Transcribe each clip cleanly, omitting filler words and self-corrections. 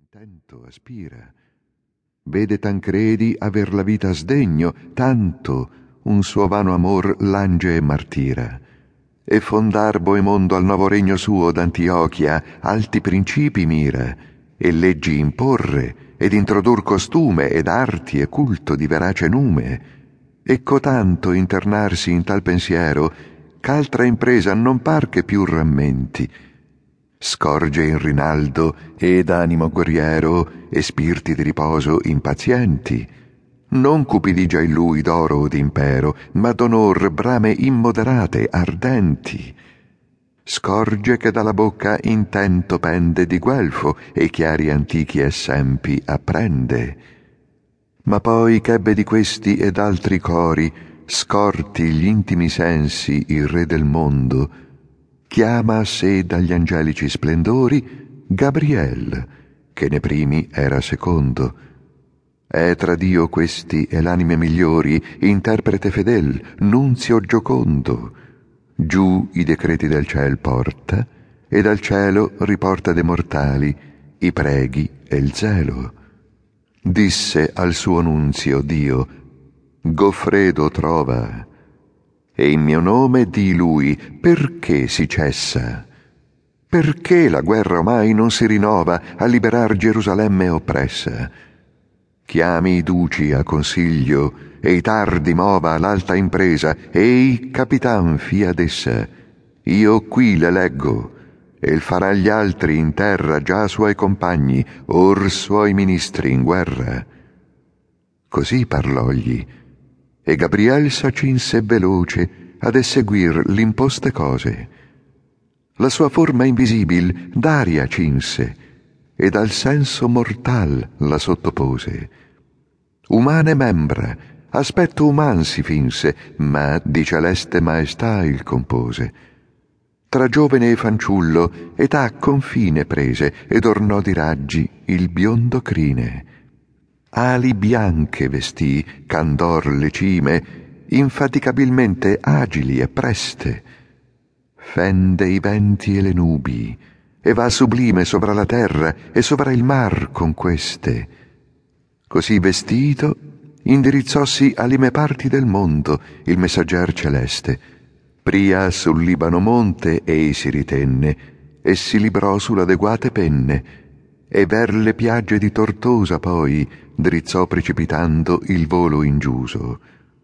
intento aspira. Vede Tancredi aver la vita a sdegno, tanto un suo vano amor lange e martira. E fondar Boemondo al nuovo regno suo d'Antiochia alti principi mira, e leggi imporre, ed introdur costume ed arti e culto di verace nume. E cotanto internarsi in tal pensiero, ch'altra impresa non par che più rammenti. Scorge in Rinaldo ed animo guerriero e spirti di riposo impazienti. Non cupidigia in lui d'oro o d'impero, ma d'onor brame immoderate, ardenti. Scorge che dalla bocca intento pende di guelfo e chiari antichi essempi apprende. Ma poi ch'ebbe di questi ed altri cori scorti gli intimi sensi il re del mondo, chiama a sé dagli angelici splendori Gabriel, che ne primi era secondo. È tra Dio questi e l'anime migliori, interprete fedel, nunzio giocondo. Giù i decreti del ciel porta, e dal cielo riporta de mortali i preghi e il zelo. Disse al suo nunzio Dio: Goffredo trova, e in mio nome di lui perché si cessa? Perché la guerra omai non si rinnova a liberar Gerusalemme oppressa? Chiami i duci a consiglio e i tardi mova l'alta impresa, ei capitan fia d'essa. Io qui le leggo, e il farà gli altri in terra già suoi compagni, or suoi ministri in guerra. Così parlògli, e Gabriel s'accinse veloce ad esseguir l'imposte cose. La sua forma invisibil d'aria cinse, ed al senso mortal la sottopose. Umane membra, aspetto uman si finse, ma di celeste maestà il compose. Tra giovane e fanciullo età confine prese, ed ornò di raggi il biondo crine. Ali bianche vestì, candor le cime, infaticabilmente agili e preste. Fende i venti e le nubi, e va sublime sopra la terra e sopra il mar con queste. Così vestito, indirizzossi all'ime parti del mondo il messagger celeste. Pria sul Libano monte ei si ritenne, e si librò sull'adeguate penne, e ver le piagge di Tortosa poi drizzò precipitando il volo ingiuso.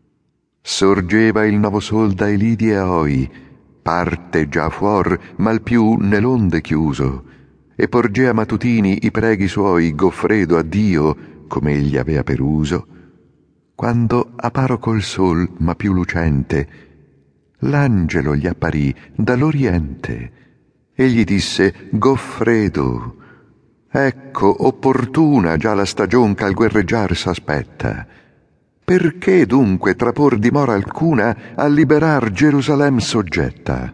Sorgeva il nuovo sol dai lidi e oi, parte già fuor, mal più nell'onde chiuso, e porgea matutini i preghi suoi Goffredo a Dio, come egli avea per uso. Quando apparo col sol, ma più lucente, l'angelo gli apparì dall'oriente. Egli disse: Goffredo, ecco opportuna già la stagion ch'al guerreggiar s'aspetta. Perché dunque trapor dimora alcuna a liberar Gerusalem soggetta?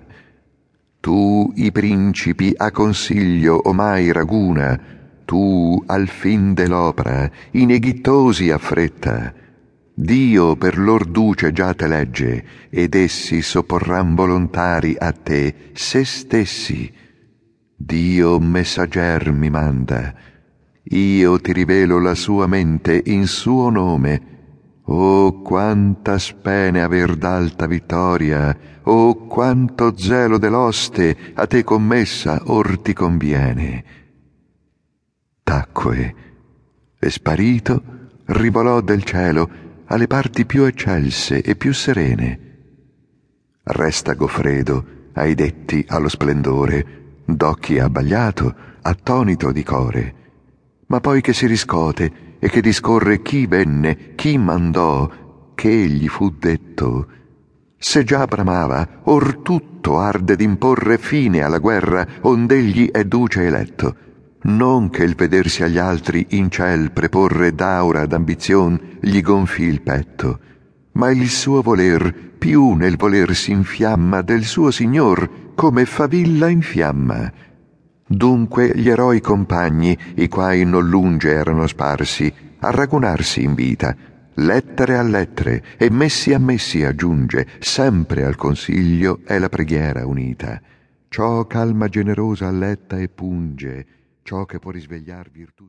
Tu i principi a consiglio omai raguna, tu al fin dell'opra i neghittosi affretta. Dio per lor duce già te legge, ed essi sopporran volontari a te se stessi. Dio messagger mi manda, io ti rivelo la sua mente in suo nome. Oh, quanta spene aver d'alta vittoria, oh, quanto zelo dell'oste a te commessa or ti conviene. Tacque, e sparito rivolò del cielo alle parti più eccelse e più serene. Resta Goffredo ai detti allo splendore, d'occhi abbagliato, attonito di core. Ma poi che si riscote e che discorre chi venne, chi mandò, che gli fu detto. Se già bramava, or tutto arde d'imporre fine alla guerra ond'egli è duce eletto. Non che il vedersi agli altri in ciel preporre d'aura d'ambizion gli gonfi il petto, ma il suo voler più nel voler s'infiamma del suo signor come favilla in fiamma. Dunque gli eroi compagni, i quai non lunge erano sparsi, a ragunarsi invita, lettere a lettere, e messi a messi aggiunge, sempre al consiglio è la preghiera unita. Ciò calma generosa alletta e punge, ciò che può risvegliar virtù.